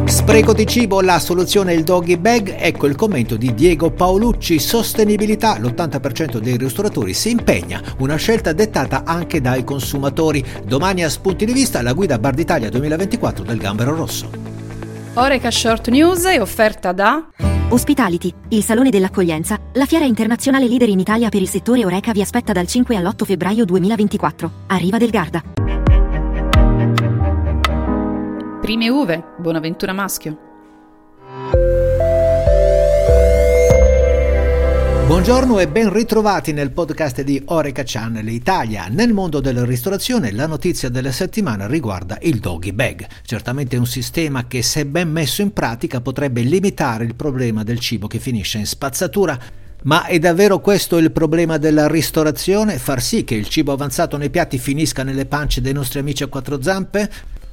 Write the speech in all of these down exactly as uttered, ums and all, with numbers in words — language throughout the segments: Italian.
Spreco di cibo, la soluzione è il doggy bag? Ecco il commento di Diego Paolucci. Sostenibilità, l'ottanta per cento dei ristoratori si impegna, una scelta dettata anche dai consumatori. Domani a Spunti di Vista la guida Bar d'Italia duemilaventiquattro del Gambero Rosso. Oreca Short News è offerta da Hospitality, il salone dell'accoglienza, la fiera internazionale leader in Italia per il settore Oreca vi aspetta dal cinque all'otto febbraio duemilaventiquattro, a Riva del Garda. Prime Uve, Bonaventura Maschio. Buongiorno e ben ritrovati nel podcast di Oreca Channel Italia. Nel mondo della ristorazione la notizia della settimana riguarda il doggy bag. Certamente un sistema che, se ben messo in pratica, potrebbe limitare il problema del cibo che finisce in spazzatura. Ma è davvero questo il problema della ristorazione? Far sì che il cibo avanzato nei piatti finisca nelle pance dei nostri amici a quattro zampe?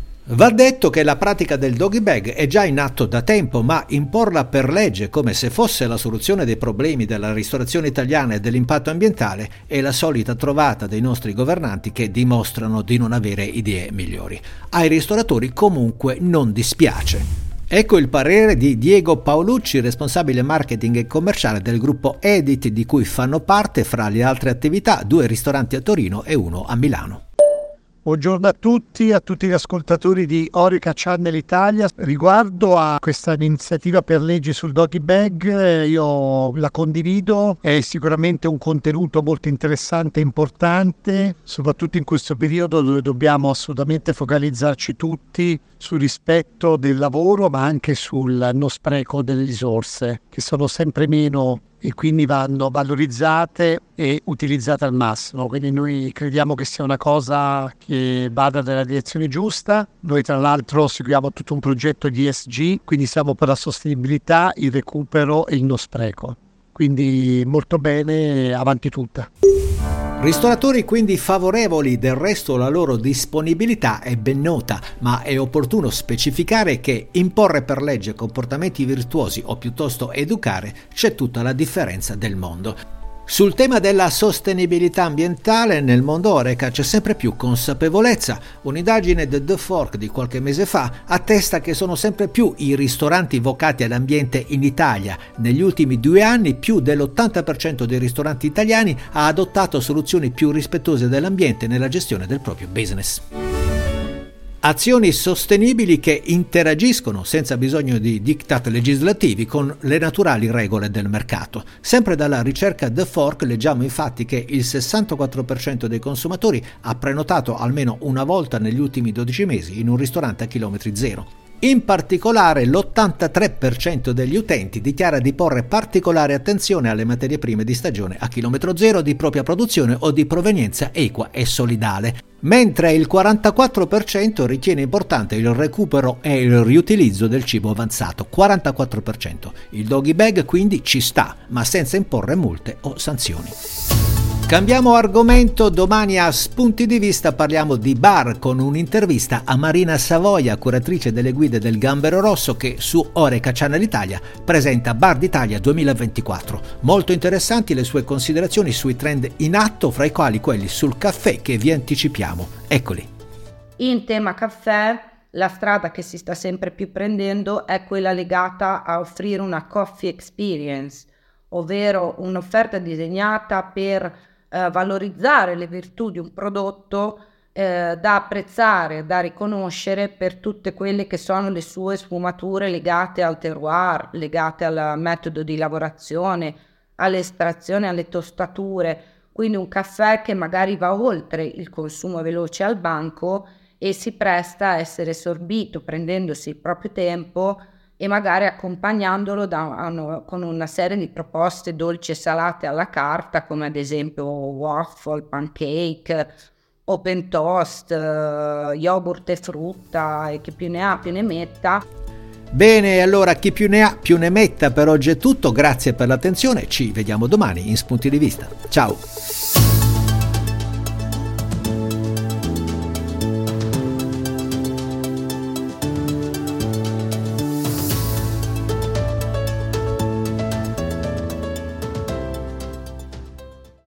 Va detto che la pratica del doggy bag è già in atto da tempo, ma imporla per legge come se fosse la soluzione dei problemi della ristorazione italiana e dell'impatto ambientale è la solita trovata dei nostri governanti che dimostrano di non avere idee migliori. Ai ristoratori comunque non dispiace. Ecco il parere di Diego Paolucci, responsabile marketing e commerciale del gruppo Edit, di cui fanno parte, fra le altre attività, due ristoranti a Torino e uno a Milano. Buongiorno a tutti, a tutti gli ascoltatori di Oreca Channel Italia. Riguardo a questa iniziativa per legge sul doggy bag, io la condivido, è sicuramente un contenuto molto interessante e importante, soprattutto in questo periodo dove dobbiamo assolutamente focalizzarci tutti sul rispetto del lavoro, ma anche sul non spreco delle risorse, che sono sempre meno e quindi vanno valorizzate e utilizzate al massimo. Quindi noi crediamo che sia una cosa che vada nella direzione giusta. Noi tra l'altro seguiamo tutto un progetto di E S G, quindi siamo per la sostenibilità, il recupero e il non spreco. Quindi molto bene, avanti tutta. Ristoratori quindi favorevoli, del resto la loro disponibilità è ben nota, ma è opportuno specificare che imporre per legge comportamenti virtuosi o piuttosto educare c'è tutta la differenza del mondo. Sul tema della sostenibilità ambientale nel mondo Oreca c'è sempre più consapevolezza. Un'indagine del The Fork di qualche mese fa attesta che sono sempre più i ristoranti vocati all'ambiente in Italia. Negli ultimi due anni più dell'ottanta per cento dei ristoranti italiani ha adottato soluzioni più rispettose dell'ambiente nella gestione del proprio business. Azioni sostenibili che interagiscono senza bisogno di diktat legislativi con le naturali regole del mercato. Sempre dalla ricerca The Fork leggiamo infatti che il sessantaquattro per cento dei consumatori ha prenotato almeno una volta negli ultimi dodici mesi in un ristorante a chilometri zero. In particolare l'ottantatré per cento degli utenti dichiara di porre particolare attenzione alle materie prime di stagione a chilometro zero di propria produzione o di provenienza equa e solidale, mentre il quarantaquattro per cento ritiene importante il recupero e il riutilizzo del cibo avanzato, quarantaquattro per cento. Il doggy bag quindi ci sta, ma senza imporre multe o sanzioni. Cambiamo argomento, domani a Spunti di Vista parliamo di bar con un'intervista a Marina Savoia, curatrice delle guide del Gambero Rosso, che su Oreca Channel Italia presenta Bar d'Italia duemilaventiquattro. Molto interessanti le sue considerazioni sui trend in atto, fra i quali quelli sul caffè che vi anticipiamo. Eccoli. In tema caffè, la strada che si sta sempre più prendendo è quella legata a offrire una coffee experience, ovvero un'offerta disegnata per Eh, valorizzare le virtù di un prodotto eh, da apprezzare, da riconoscere per tutte quelle che sono le sue sfumature legate al terroir, legate al metodo di lavorazione, all'estrazione, alle tostature. Quindi un caffè che magari va oltre il consumo veloce al banco e si presta a essere sorbito prendendosi il proprio tempo e magari accompagnandolo da una, con una serie di proposte dolci e salate alla carta, come ad esempio waffle, pancake, open toast, uh, yogurt e frutta, e chi più ne ha più ne metta. Bene, allora chi più ne ha più ne metta. Per oggi è tutto, grazie per l'attenzione, ci vediamo domani in Spunti di Vista. Ciao!